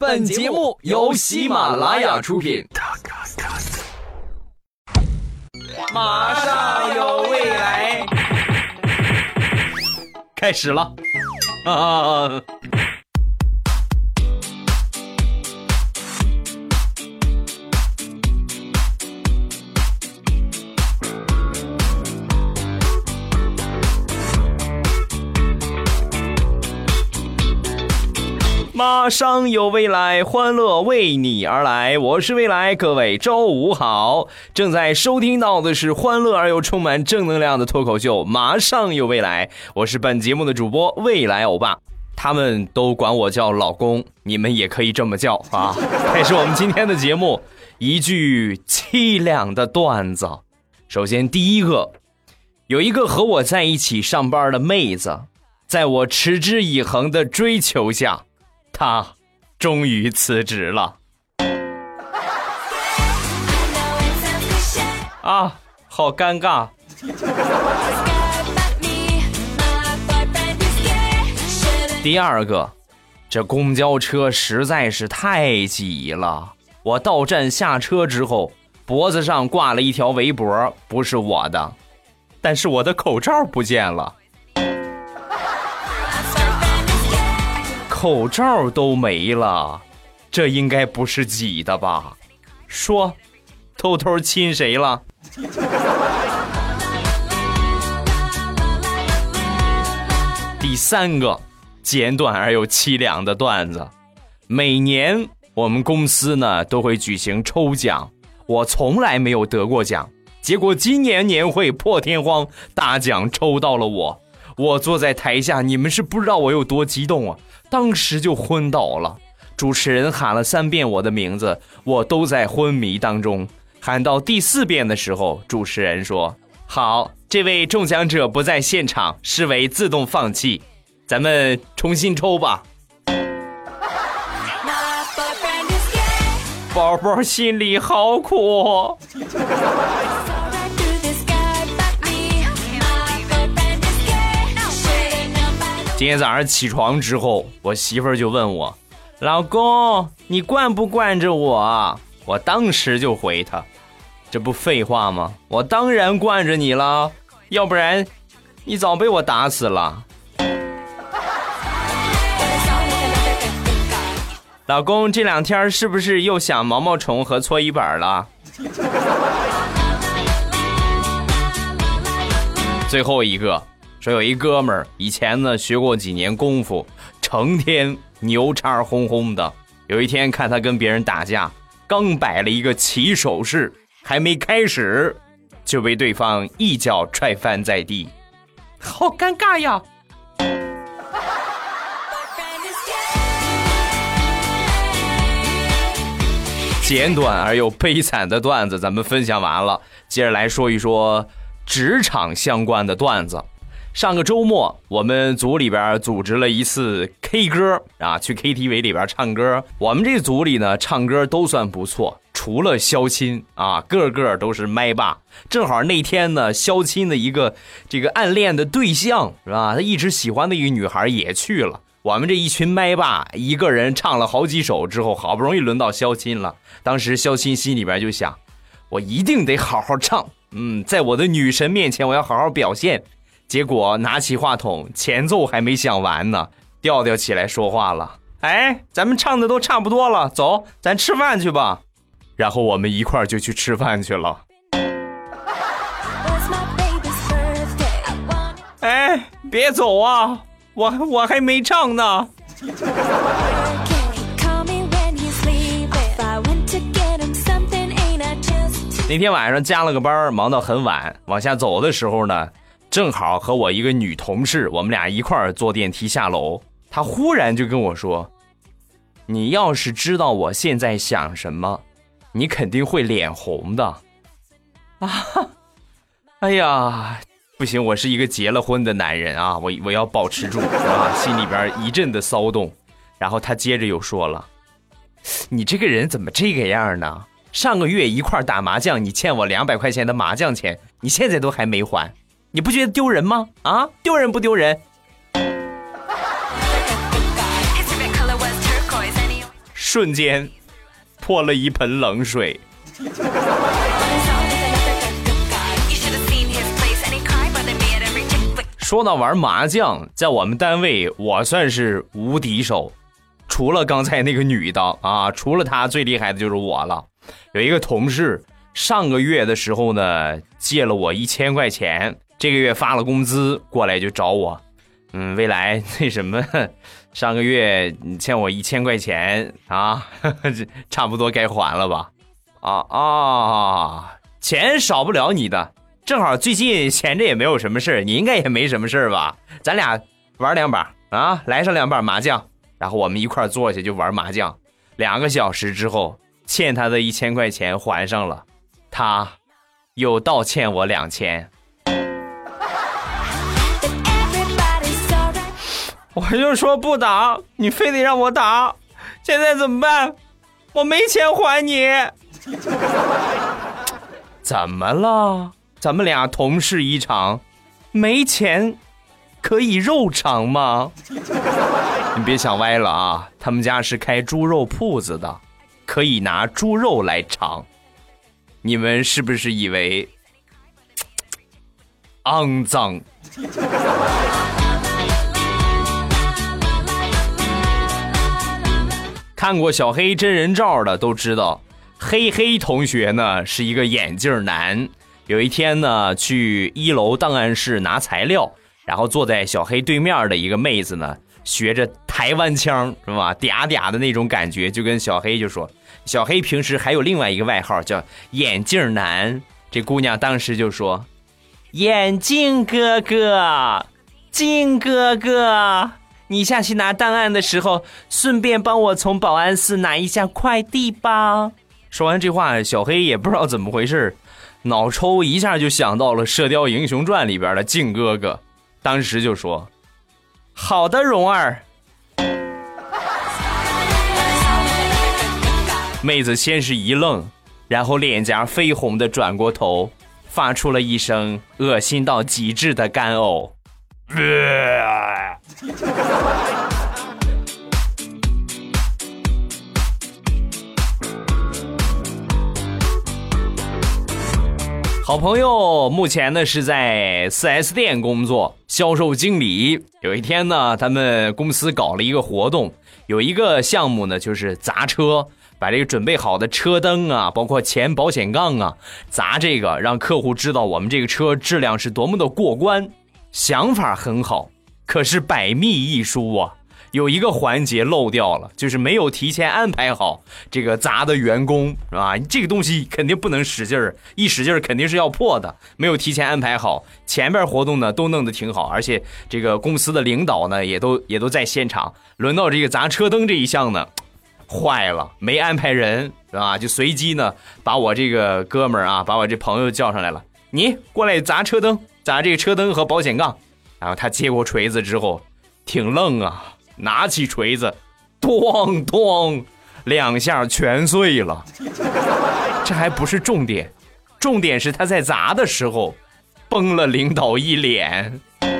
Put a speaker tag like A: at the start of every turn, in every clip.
A: 本节目由喜马拉雅出品。马上有未来，开始了。马上有未来，欢乐为你而来。我是未来，各位周五好。正在收听到的是欢乐而又充满正能量的脱口秀马上有未来，我是本节目的主播未来欧巴，他们都管我叫老公，你们也可以这么叫啊。开始我们今天的节目，一句凄凉的段子。首先第一个，有一个和我在一起上班的妹子，在我持之以恒的追求下，他终于辞职了。啊，好尴尬。第二个，这公交车实在是太挤了，我到站下车之后，脖子上挂了一条围脖，不是我的，但是我的口罩不见了。口罩都没了，这应该不是挤的吧？说，偷偷亲谁了？第三个，简短而又凄凉的段子。每年我们公司呢都会举行抽奖，我从来没有得过奖，结果今年年会破天荒大奖抽到了我。我坐在台下，你们是不知道我有多激动啊！当时就昏倒了，主持人喊了3遍我的名字，我都在昏迷当中。喊到第4遍的时候，主持人说：好，这位中奖者不在现场，视为自动放弃，咱们重新抽吧。宝宝心里好苦。今天早上起床之后，我媳妇儿就问我：老公，你惯不惯着我？我当时就回她：这不废话吗？我当然惯着你了，要不然你早被我打死了。老公，这2天是不是又想毛毛虫和搓衣板了？最后一个，说有一哥们儿以前呢学过几年功夫，成天牛叉哄哄的。有一天看他跟别人打架，刚摆了一个起手式，还没开始就被对方一脚踹翻在地，好尴尬呀。简短而又悲惨的段子咱们分享完了，接着来说一说职场相关的段子。上个周末我们组里边组织了一次 K 歌啊，去 KTV 里边唱歌。我们这组里呢唱歌都算不错，除了肖钦啊，个个都是麦霸。正好那天呢，肖钦的一个这个暗恋的对象是吧，他一直喜欢的一个女孩也去了。我们这一群麦霸一个人唱了好几首之后，好不容易轮到肖钦了。当时肖钦心里边就想，我一定得好好唱，在我的女神面前我要好好表现。结果拿起话筒，前奏还没想完呢，调调起来说话了：哎，咱们唱的都差不多了，走，咱吃饭去吧。然后我们一块儿就去吃饭去了。哎，别走啊，我还没唱呢。那天晚上加了个班，忙到很晚，往下走的时候呢，正好和我一个女同事，我们俩一块儿坐电梯下楼。她忽然就跟我说：你要是知道我现在想什么，你肯定会脸红的。啊，哎呀，不行，我是一个结了婚的男人啊，我要保持住啊，心里边一阵的骚动。然后她接着又说了：你这个人怎么这个样呢？上个月一块打麻将，你欠我200块钱的麻将钱，你现在都还没还，你不觉得丢人吗？啊，丢人不丢人？ 瞬间泼了一盆冷水。说到玩麻将，在我们单位我算是无敌手，除了刚才那个女的啊，除了她最厉害的就是我了。有一个同事上个月的时候呢，借了我1000块钱，这个月发了工资过来就找我，未来那什么，上个月你欠我1000块钱啊，差不多该还了吧？钱少不了你的。正好最近闲着也没有什么事，你应该也没什么事吧？咱俩玩2把啊，来上2把麻将，然后我们一块坐下就玩麻将。2个小时之后，欠他的1000块钱还上了，他又倒欠我2000。我就说不打，你非得让我打，现在怎么办？我没钱还你。怎么了？咱们俩同事一场，没钱可以肉偿吗？你别想歪了啊，他们家是开猪肉铺子的，可以拿猪肉来偿。你们是不是以为肮脏？看过小黑真人照的都知道，黑黑同学呢是一个眼镜男。有一天呢，去1楼档案室拿材料，然后坐在小黑对面的一个妹子呢，学着台湾腔是吧，嗲嗲的那种感觉，就跟小黑就说，小黑平时还有另外一个外号叫眼镜男。这姑娘当时就说，眼镜哥哥，镜哥哥，你下去拿档案的时候，顺便帮我从保安室拿一下快递吧。说完这话，小黑也不知道怎么回事，脑抽一下就想到了《射雕英雄传》里边的靖哥哥，当时就说，好的蓉儿。妹子先是一愣，然后脸颊绯红的转过头，发出了一声恶心到极致的干呕。好朋友目前呢是在 4S 店工作，销售经理。有一天呢，他们公司搞了一个活动，有一个项目呢就是砸车，把这个准备好的车灯啊，包括前保险杠啊，砸这个，让客户知道我们这个车质量是多么的过关。想法很好，可是百密一疏啊，有一个环节漏掉了，就是没有提前安排好这个砸的员工，是吧？这个东西肯定不能使劲儿，一使劲儿肯定是要破的，没有提前安排好。前边活动呢都弄得挺好，而且这个公司的领导呢也都在现场。轮到这个砸车灯这一项呢，坏了，没安排人，是吧？就随机呢把我这个哥们儿啊，把我这朋友叫上来了，你过来砸车灯，砸这个车灯和保险杠。然后他接过锤子之后，挺愣啊。拿起锤子，咚咚2下全碎了。这还不是重点，重点是他在砸的时候崩了领导一脸。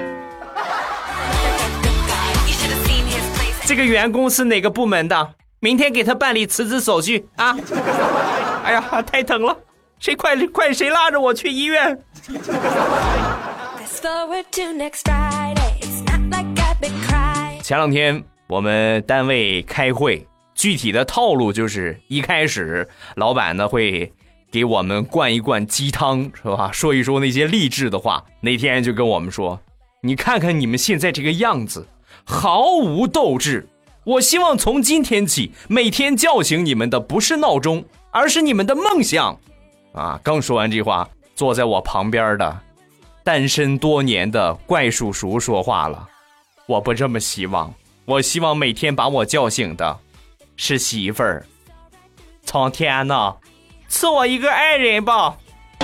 A: 这个员工是哪个部门的？明天给他办理辞职手续啊！哎呀，太疼了，谁快谁拉着我去医院。前2天我们单位开会，具体的套路就是一开始老板呢会给我们灌一灌鸡汤，是吧？说一说那些励志的话。那天就跟我们说，你看看你们现在这个样子，毫无斗志。我希望从今天起，每天叫醒你们的不是闹钟，而是你们的梦想。啊！刚说完这话，坐在我旁边的单身多年的怪叔叔说话了。我不这么希望，我希望每天把我叫醒的是媳妇儿。苍天呐，赐我一个爱人吧。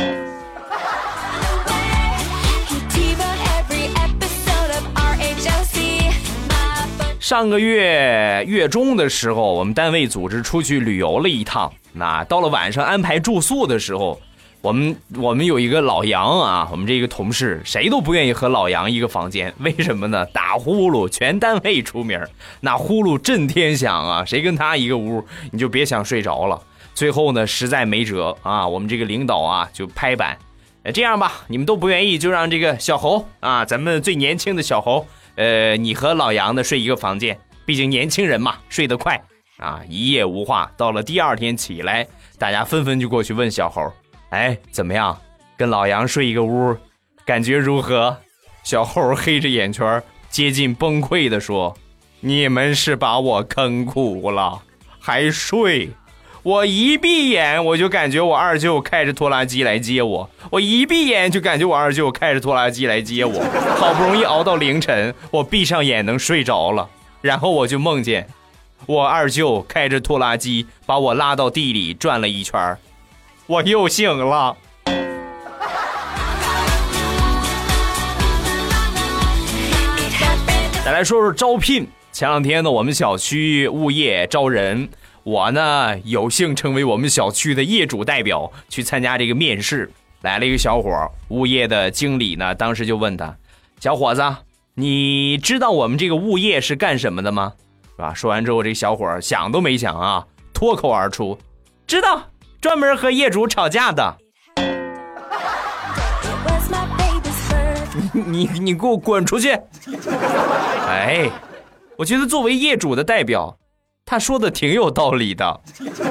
A: 上个月月中的时候，我们单位组织出去旅游了一趟。那到了晚上安排住宿的时候， 我们有一个老杨啊，我们这个同事谁都不愿意和老杨一个房间，为什么呢？打呼噜全单位出名，那呼噜震天响啊，谁跟他一个屋你就别想睡着了。最后呢实在没辙啊，我们这个领导啊就拍板，这样吧，你们都不愿意，就让这个小侯啊，咱们最年轻的小侯，你和老杨的睡一个房间，毕竟年轻人嘛，睡得快啊。一夜无话，到了第二天起来，大家纷纷就过去问小侯，哎，怎么样？跟老杨睡一个屋，感觉如何？小猴黑着眼圈，接近崩溃地说：“你们是把我坑苦了，还睡？我一闭眼，我就感觉我二舅开着拖拉机来接我，我一闭眼就感觉我二舅开着拖拉机来接我。好不容易熬到凌晨，我闭上眼能睡着了，然后我就梦见我二舅开着拖拉机把我拉到地里转了一圈。”我又醒了。再来说说招聘。前两天呢，我们小区物业招人，我呢有幸成为我们小区的业主代表，去参加这个面试。来了一个小伙，物业的经理呢，当时就问他：“小伙子，你知道我们这个物业是干什么的吗？”是吧？说完之后，这小伙想都没想啊，脱口而出：“知道。”专门和业主吵架的。你给我滚出去！哎，我觉得作为业主的代表，他说的挺有道理的。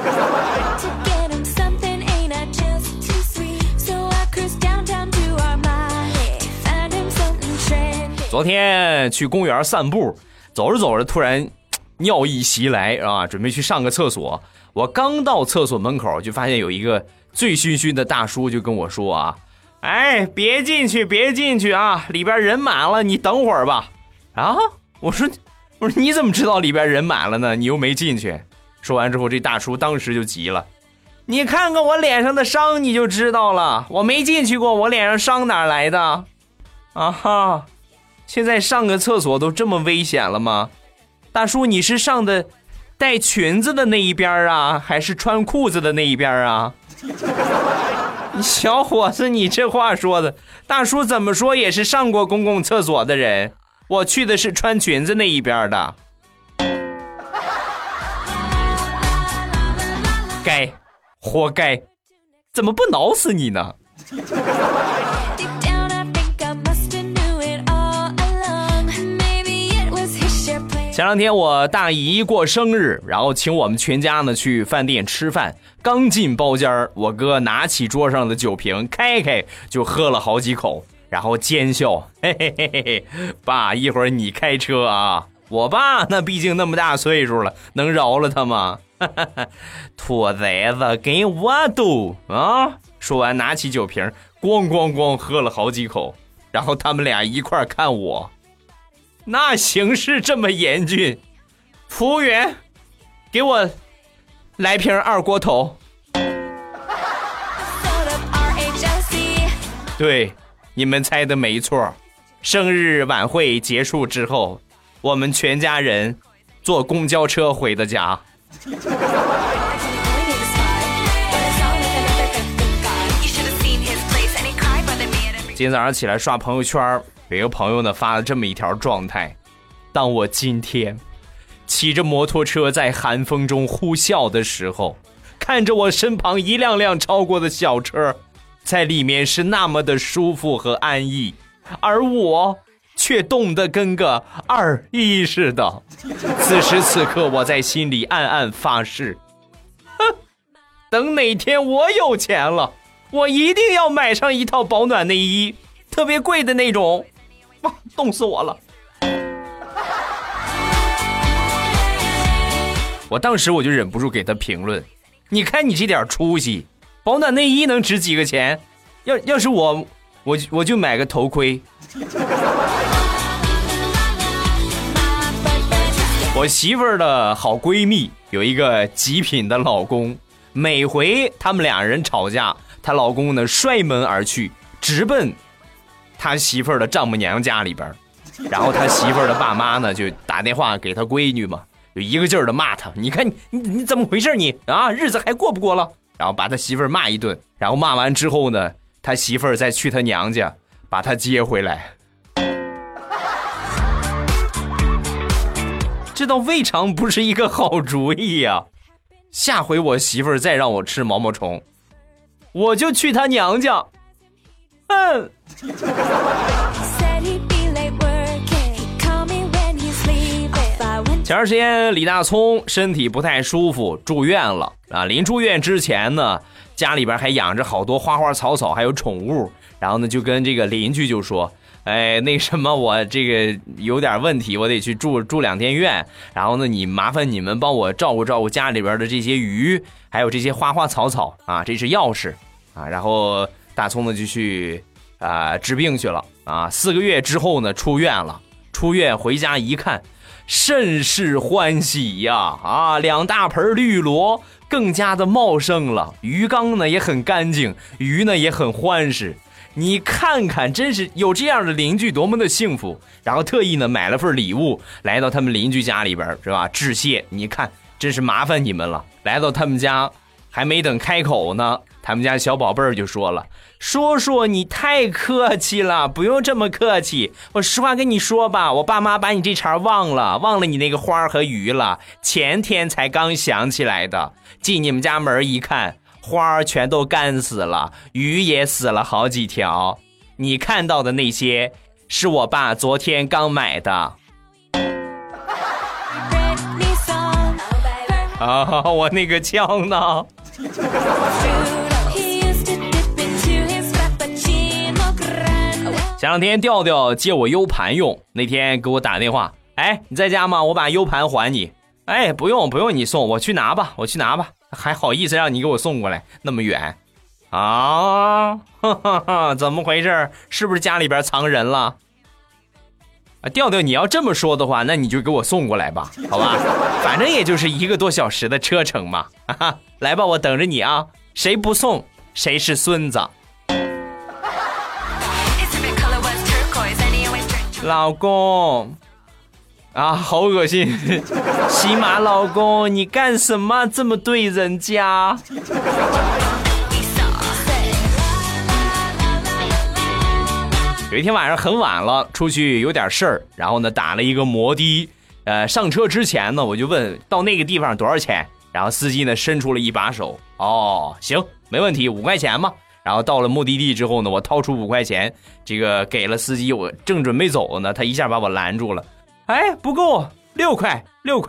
A: 昨天去公园散步，走着走着突然尿意袭来啊，准备去上个厕所。我刚到厕所门口，就发现有一个醉醺醺的大叔就跟我说啊：“哎，别进去啊，里边人满了，你等会儿吧。”啊，我说你怎么知道里边人满了呢？你又没进去。说完之后，这大叔当时就急了：“你看看我脸上的伤，你就知道了。我没进去过，我脸上伤哪来的？啊哈，现在上个厕所都这么危险了吗？大叔，你是上的带裙子的那一边啊，还是穿裤子的那一边啊？”小伙子，你这话说的，大叔怎么说也是上过公共厕所的人，我去的是穿裙子那一边的。该，活该，怎么不挠死你呢？前两天我大姨过生日，然后请我们全家呢去饭店吃饭。刚进包间，我哥拿起桌上的酒瓶开就喝了好几口，然后奸笑：“嘿嘿嘿嘿嘿，爸，一会儿你开车啊。”我爸那毕竟那么大岁数了，能饶了他吗？兔崽子，给我赌啊！说完拿起酒瓶，咣咣咣喝了好几口，然后他们俩一块看我。那形势这么严峻，服务员，给我来瓶二锅头。对，你们猜的没错，生日晚会结束之后，我们全家人坐公交车回的家。今天早上起来刷朋友圈，有一个朋友呢发了这么一条状态：当我今天骑着摩托车在寒风中呼啸的时候，看着我身旁一辆辆超过的小车，在里面是那么的舒服和安逸，而我却冻得跟个二一似的。此时此刻，我在心里暗暗发誓，等哪天我有钱了，我一定要买上一套保暖内衣，特别贵的那种。哇，冻死我了。我当时我就忍不住给他评论：你看你这点出息，保暖内衣能值几个钱？要是我就买个头盔。我媳妇儿的好闺蜜有一个极品的老公，每回他们俩人吵架，她老公呢摔门而去，直奔他媳妇儿的丈母娘家里边。然后他媳妇儿的爸妈呢就打电话给他闺女嘛，就一个劲儿的骂他：你看你怎么回事你啊？日子还过不过了然后把他媳妇儿骂一顿，然后骂完之后呢，他媳妇儿再去他娘家把他接回来。这倒未尝不是一个好主意呀！下回我媳妇儿再让我吃毛毛虫，我就去他娘家。前段时间李大聪身体不太舒服住院了啊，临住院之前呢，家里边还养着好多花花草草还有宠物，然后呢就跟这个邻居就说，那什么，我这个有点问题，我得去住2天院，然后呢你麻烦你们帮我照顾照顾家里边的这些鱼还有这些花花草草啊，这是钥匙啊。然后大聪呢就去治病去了啊。4个月之后呢出院了，出院回家一看，甚是欢喜呀！啊，2大盆绿萝更加的茂盛了，鱼缸呢也很干净，鱼呢也很欢实。你看看，真是有这样的邻居多么的幸福。然后特意呢买了份礼物来到他们邻居家里边，是吧？致谢，你看真是麻烦你们了。来到他们家还没等开口呢，他们家小宝贝儿就说了，说说你太客气了，不用这么客气，我实话跟你说吧，我爸妈把你这茬忘了你那个花和鱼了，前天才刚想起来的。进你们家门一看，花全都干死了，鱼也死了好几条，你看到的那些是我爸昨天刚买的。啊，我那个枪呢？前2天调调借我 U 盘用，那天给我打电话，你在家吗？我把 U 盘还你。不用你送，我去拿吧，还好意思让你给我送过来那么远啊？怎么回事？是不是家里边藏人了？调调，你要这么说的话，那你就给我送过来吧，好吧？反正也就是1个多小时的车程嘛。来吧，我等着你啊！谁不送谁是孙子。老公啊，好恶心！喜马老公，你干什么这么对人家？有一天晚上很晚了，出去有点事儿，然后呢打了一个摩的，上车之前呢我就问到那个地方多少钱，然后司机呢伸出了一把手，行，没问题，5块钱嘛。然后到了目的地之后呢，我掏出5块钱，这个给了司机，我正准备走呢，他一下把我拦住了。不够，6块，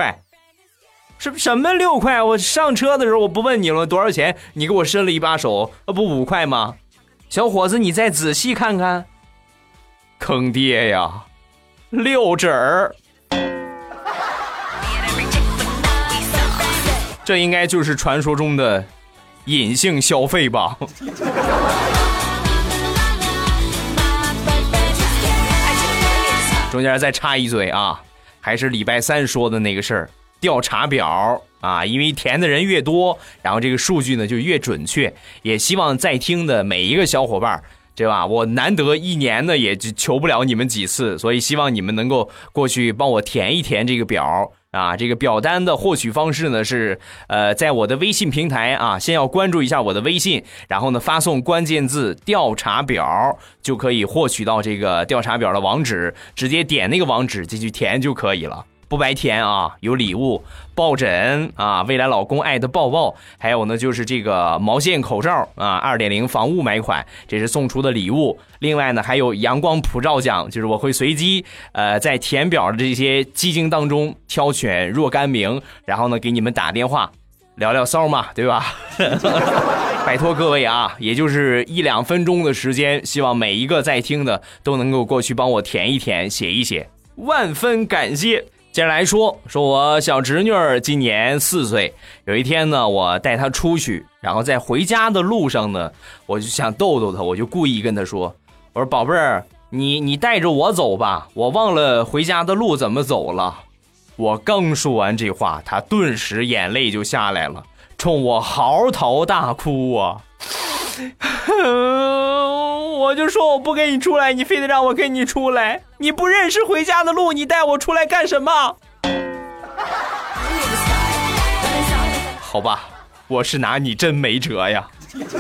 A: 什么6块？我上车的时候我不问你了多少钱，你给我伸了一把手，不5块吗？小伙子，你再仔细看看。坑爹呀，6指儿。这应该就是传说中的隐性消费吧。中间再插一嘴啊，还是礼拜3说的那个事儿，调查表啊，因为填的人越多，然后这个数据呢就越准确，也希望在听的每一个小伙伴，对吧？我难得1年呢也就求不了你们几次，所以希望你们能够过去帮我填一填这个表啊。这个表单的获取方式呢是在我的微信平台啊，先要关注一下我的微信，然后呢发送关键字调查表，就可以获取到这个调查表的网址，直接点那个网址进去填就可以了，不白填啊。有礼物，抱枕啊，未来老公爱的抱抱，还有呢就是这个毛线口罩啊 2.0 防雾霾款，这是送出的礼物。另外呢还有阳光普照奖，就是我会随机在填表的这些基金当中挑选若干名，然后呢给你们打电话聊聊骚嘛，对吧？拜托各位啊，也就是1-2分钟的时间，希望每一个在听的都能够过去帮我填一填写一写，万分感谢。接着来说我小侄女儿今年4岁，有一天呢我带她出去，然后在回家的路上呢我就想逗逗她，我就故意跟她说，我说宝贝儿，你带着我走吧，我忘了回家的路怎么走了。我刚说完这话，她顿时眼泪就下来了，冲我嚎啕大哭啊。我就说我不跟你出来，你非得让我跟你出来，你不认识回家的路，你带我出来干什么？好吧， 我是拿你真没辙呀。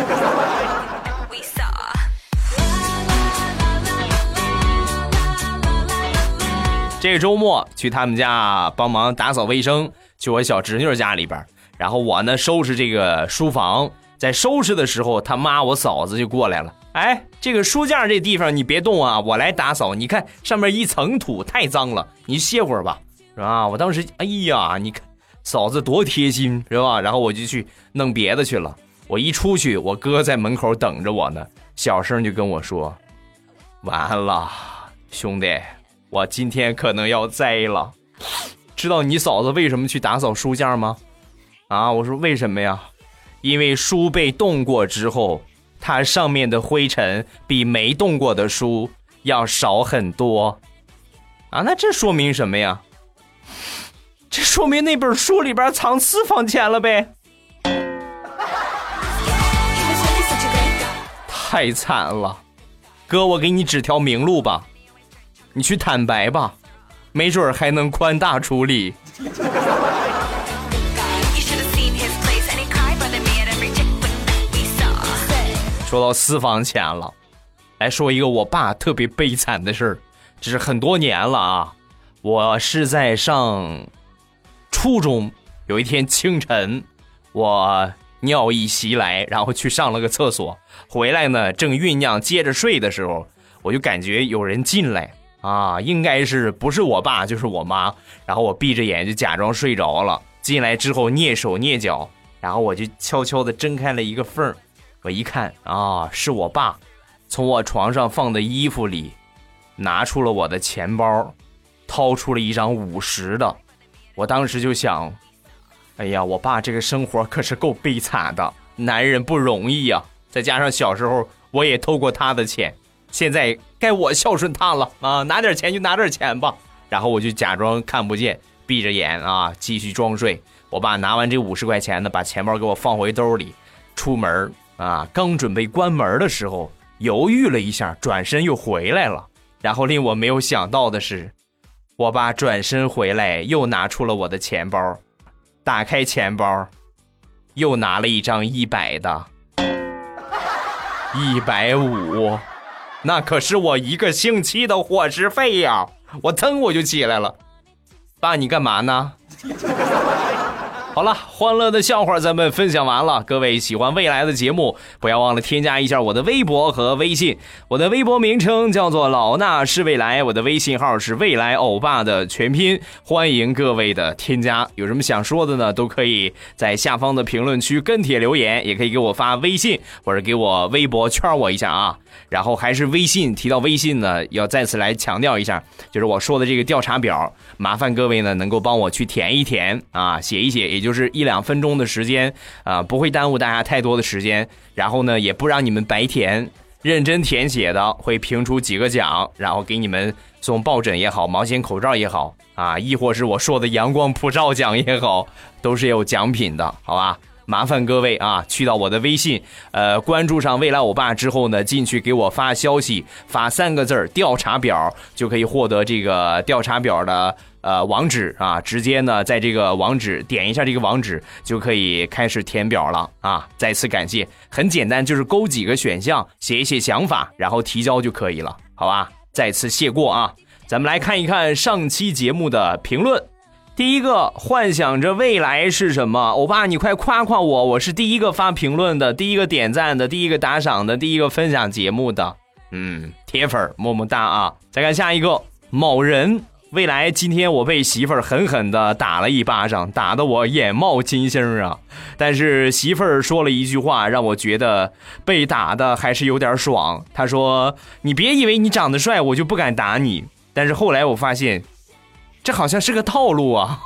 A: 这个周末去他们家帮忙打扫卫生，去我小侄女家里边，然后我呢收拾这个书房，在收拾的时候，他妈我嫂子就过来了。哎，这个书架这地方你别动啊，我来打扫。你看上面一层土，太脏了，你歇会儿吧，是吧？我当时，哎呀，你看嫂子多贴心，是吧？然后我就去弄别的去了。我一出去，我哥在门口等着我呢，小声就跟我说：“完了，兄弟。”我今天可能要栽了，知道你嫂子为什么去打扫书架吗？啊，我说为什么呀？因为书被动过之后，它上面的灰尘比没动过的书要少很多。啊，那这说明什么呀？这说明那本书里边藏私房钱了呗。太惨了，哥，我给你指条明路吧。你去坦白吧，没准还能宽大处理。说到私房钱了，来说一个我爸特别悲惨的事儿，这是很多年了啊。我是在上初中，有一天清晨，我尿意袭来，然后去上了个厕所，回来呢正酝酿接着睡的时候，我就感觉有人进来。啊，应该是不是我爸就是我妈，然后我闭着眼就假装睡着了，进来之后蹑手蹑脚，然后我就悄悄地睁开了一个缝，我一看啊，是我爸从我床上放的衣服里拿出了我的钱包，掏出了一张50的。我当时就想，哎呀，我爸这个生活可是够悲惨的，男人不容易呀，再加上小时候我也偷过他的钱，现在该我孝顺他了啊！拿点钱就拿点钱吧。然后我就假装看不见，闭着眼啊，继续装睡。我爸拿完这50块钱呢，把钱包给我放回兜里，出门啊，刚准备关门的时候，犹豫了一下，转身又回来了。然后令我没有想到的是，我爸转身回来又拿出了我的钱包，打开钱包，又拿了一张100的，150。那可是我1个星期的伙食费呀！我腾我就起来了，爸，你干嘛呢？好了，欢乐的笑话咱们分享完了。各位喜欢未来的节目，不要忘了添加一下我的微博和微信。我的微博名称叫做老衲是未来，我的微信号是未来欧巴的全拼，欢迎各位的添加。有什么想说的呢，都可以在下方的评论区跟帖留言，也可以给我发微信或者给我微博圈我一下啊。然后还是微信，提到微信呢，要再次来强调一下，就是我说的这个调查表，麻烦各位呢能够帮我去填一填啊，写一写，也就是1-2分钟的时间啊，不会耽误大家太多的时间。然后呢，也不让你们白填，认真填写的会评出几个奖，然后给你们送抱枕也好，毛线口罩也好啊，亦或是我说的阳光普照奖也好，都是有奖品的，好吧？麻烦各位啊，去到我的微信，关注上未来欧巴之后呢，进去给我发消息，发3个字调查表，就可以获得这个调查表的网址啊，直接呢在这个网址点一下这个网址就可以开始填表了啊！再次感谢，很简单，就是勾几个选项，写一写想法，然后提交就可以了，好吧？再次谢过啊！咱们来看一看上期节目的评论。第一个，幻想着未来是什么？欧巴，你快夸夸我，我是第一个发评论的，第一个点赞的，第一个打赏的，第一个分享节目的。铁粉么么哒啊！再看下一个，某人，未来今天我被媳妇儿狠狠的打了一巴掌，打得我眼冒金星啊！但是媳妇儿说了一句话，让我觉得被打的还是有点爽。她说：“你别以为你长得帅，我就不敢打你。”但是后来我发现，这好像是个套路啊。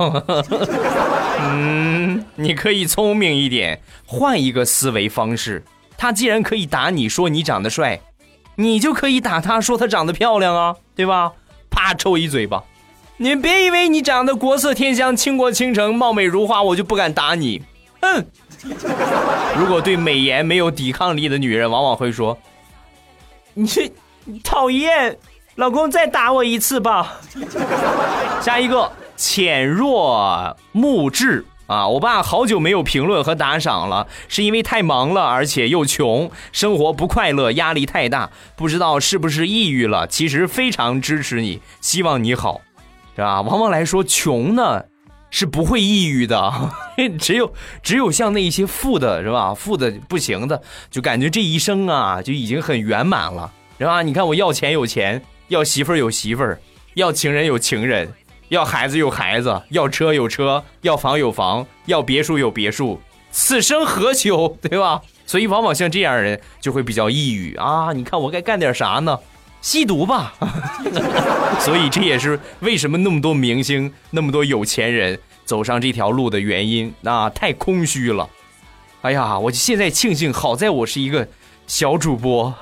A: 你可以聪明一点，换一个思维方式。他既然可以打你说你长得帅，你就可以打他说他长得漂亮啊，对吧？啪，抽一嘴巴。你别以为你长得国色天香、倾国倾城、貌美如花，我就不敢打你。如果对美颜没有抵抗力的女人，往往会说：“你讨厌。”老公再打我一次吧。下一个，浅若木质， 啊，欧巴好久没有评论和打赏了，是因为太忙了，而且又穷，生活不快乐，压力太大，不知道是不是抑郁了。其实非常支持你，希望你好，是吧？往往来说，穷呢是不会抑郁的，只有像那一些富的，是吧？富的不行的，就感觉这一生啊就已经很圆满了，是吧？你看我要钱有钱，要媳妇儿有媳妇儿，要情人有情人。要孩子有孩子，要车有车，要房有房，要别墅有别墅，此生何求，对吧？所以往往像这样的人就会比较抑郁啊！你看我该干点啥呢？吸毒吧。所以这也是为什么那么多明星、那么多有钱人走上这条路的原因啊！太空虚了。哎呀，我现在庆幸，好在我是一个小主播，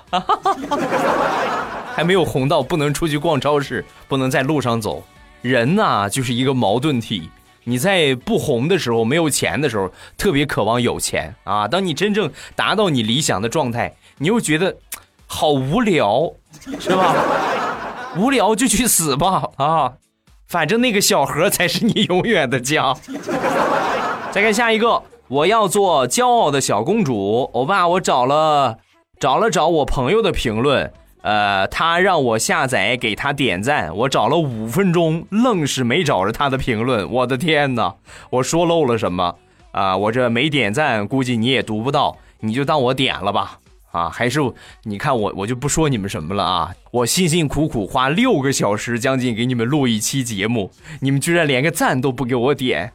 A: 还没有红到不能出去逛超市，不能在路上走。人呐，就是一个矛盾体。你在不红的时候，没有钱的时候，特别渴望有钱啊。当你真正达到你理想的状态，你又觉得好无聊，是吧？无聊就去死吧啊！反正那个小盒才是你永远的家。再看下一个，我要做骄傲的小公主。欧巴，我找了我朋友的评论。他让我下载给他点赞，我找了5分钟，愣是没找着他的评论。我的天哪，我说漏了什么啊？我这没点赞，估计你也读不到，你就当我点了吧。啊，还是你看我就不说你们什么了啊！我辛辛苦苦花6个小时将近给你们录一期节目，你们居然连个赞都不给我点。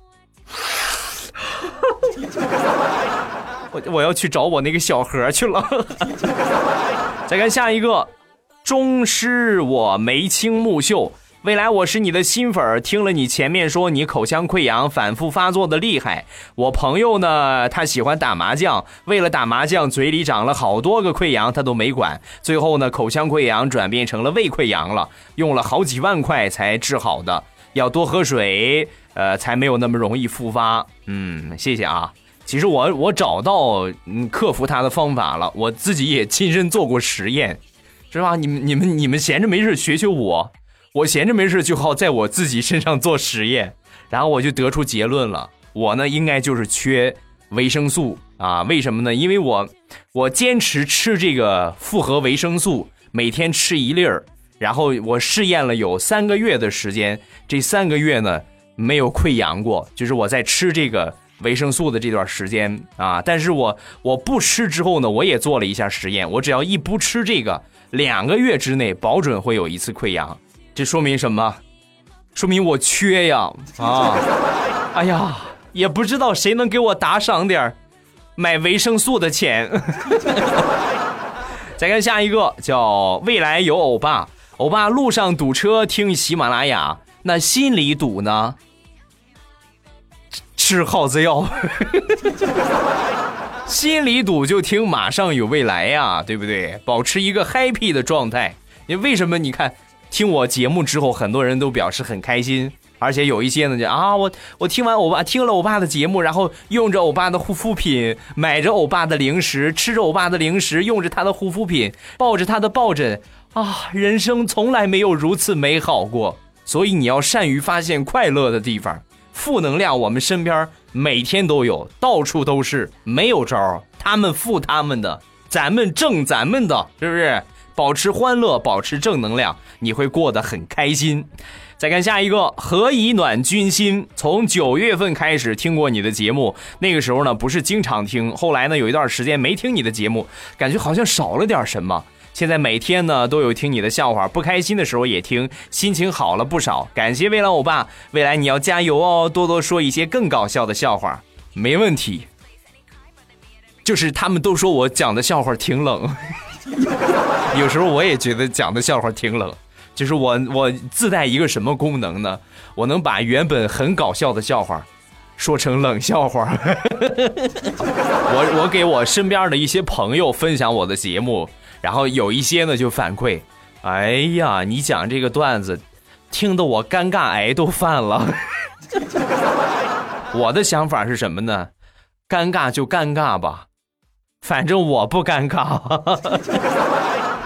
A: 我要去找我那个小盒去了。再看下一个，终师我眉清目秀，未来我是你的新粉，听了你前面说你口腔溃疡反复发作的厉害，我朋友呢他喜欢打麻将，为了打麻将嘴里长了好多个溃疡他都没管，最后呢口腔溃疡转变成了胃溃疡了，用了好几万块才治好的，要多喝水才没有那么容易复发。谢谢啊。其实我找到克服它的方法了，我自己也亲身做过实验，是吧？你们闲着没事学我闲着没事就好在我自己身上做实验，然后我就得出结论了，我呢应该就是缺维生素啊。为什么呢？因为我坚持吃这个复合维生素，每天吃1粒儿，然后我试验了有3个月的时间，这3个月呢没有溃疡过，就是我在吃这个维生素的这段时间啊。但是我不吃之后呢，我也做了一下实验，我只要一不吃这个，2个月之内保准会有1次溃疡。这说明什么？说明我缺呀啊！哎呀，也不知道谁能给我打赏点买维生素的钱。再看下一个，叫未来有欧巴。欧巴路上堵车听喜马拉雅，那心里堵呢？吃耗子药。心里堵就听马上有未来呀，对不对？保持一个 happy 的状态。你为什么你看听我节目之后很多人都表示很开心，而且有一些呢就啊我听了欧巴的节目，然后用着欧巴的护肤品，买着欧巴的零食，吃着欧巴的零食，用着他的护肤品，抱着他的抱枕啊，人生从来没有如此美好过。所以你要善于发现快乐的地方，负能量我们身边每天都有，到处都是，没有招，他们负他们的，咱们挣咱们的，是不是？保持欢乐，保持正能量，你会过得很开心。再看下一个，何以暖君心。从9月份开始听过你的节目，那个时候呢不是经常听，后来呢有一段时间没听你的节目，感觉好像少了点什么。现在每天呢都有听你的笑话，不开心的时候也听，心情好了不少。感谢未来欧巴，未来你要加油哦，多多说一些更搞笑的笑话。没问题，就是他们都说我讲的笑话挺冷。有时候我也觉得讲的笑话挺冷，就是我自带一个什么功能呢？我能把原本很搞笑的笑话说成冷笑话。我给我身边的一些朋友分享我的节目，然后有一些呢就反馈，哎呀，你讲这个段子听得我尴尬癌都犯了。我的想法是什么呢？尴尬就尴尬吧，反正我不尴尬。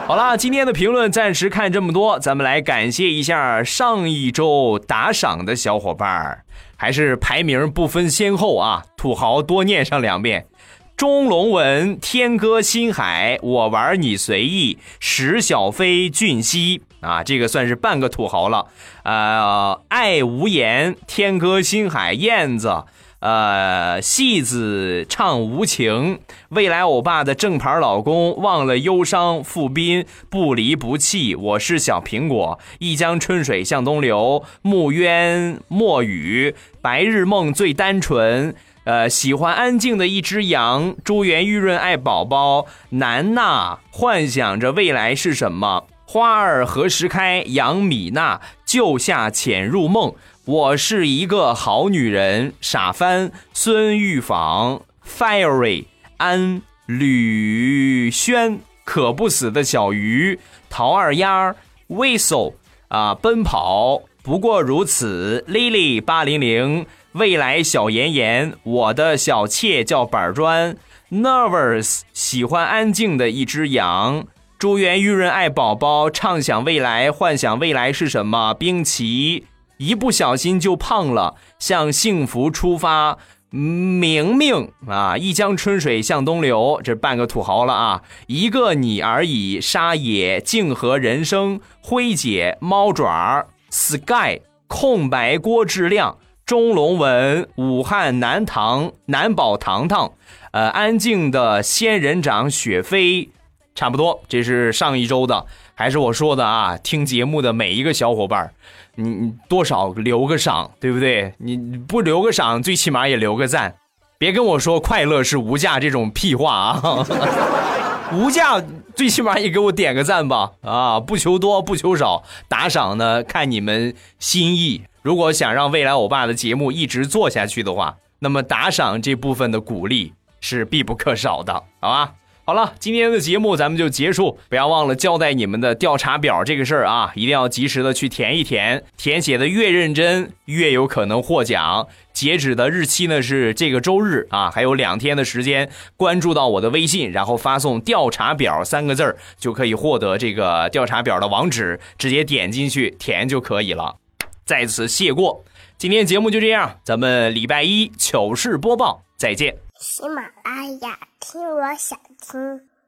A: 好啦，今天的评论暂时看这么多，咱们来感谢一下上一周打赏的小伙伴，还是排名不分先后啊，土豪多念上2遍。钟龙文、天歌新海、我玩你随意、石小飞、俊熙啊，这个算是半个土豪了。爱无言、天歌新海、燕子。戏子唱无情，未来欧巴的正牌老公，忘了忧伤，傅斌不离不弃，我是小苹果，一江春水向东流，木渊墨雨，白日梦最单纯，喜欢安静的一只羊，珠圆玉润爱宝宝，南娜幻想着未来是什么，花儿何时开，杨米娜救下潜入梦，我是一个好女人，傻帆、孙玉坊、Fiery、安、吕轩、可不死的小鱼、陶二丫、Whistle 奔跑不过如此、Lily 800、未来小妍妍、我的小妾叫板砖、Nervous 喜欢安静的一只羊、珠圆玉润爱宝宝、畅想未来幻想未来是什么、冰淇一不小心就胖了，向幸福出发，明明一江春水向东流，这半个土豪了啊！一个你而已，沙野、静和人生、辉姐、猫爪、Sky、空白郭志亮、钟龙文、武汉南唐、南宝糖糖、安静的仙人掌雪飞，差不多，这是上一周的，还是我说的啊？听节目的每一个小伙伴。你多少留个赏，对不对？你不留个赏，最起码也留个赞。别跟我说快乐是无价这种屁话啊！无价最起码也给我点个赞吧！啊，不求多不求少，打赏呢看你们心意。如果想让未来欧巴的节目一直做下去的话，那么打赏这部分的鼓励是必不可少的，好吧？好了，今天的节目咱们就结束，不要忘了交代你们的调查表这个事儿啊，一定要及时的去填一填，填写的越认真越有可能获奖。截止的日期呢是这个周日啊，还有2天的时间，关注到我的微信，然后发送调查表3个字就可以获得这个调查表的网址，直接点进去填就可以了。在此谢过，今天节目就这样，咱们礼拜一糗事播报再见。
B: 喜马拉雅听我想听。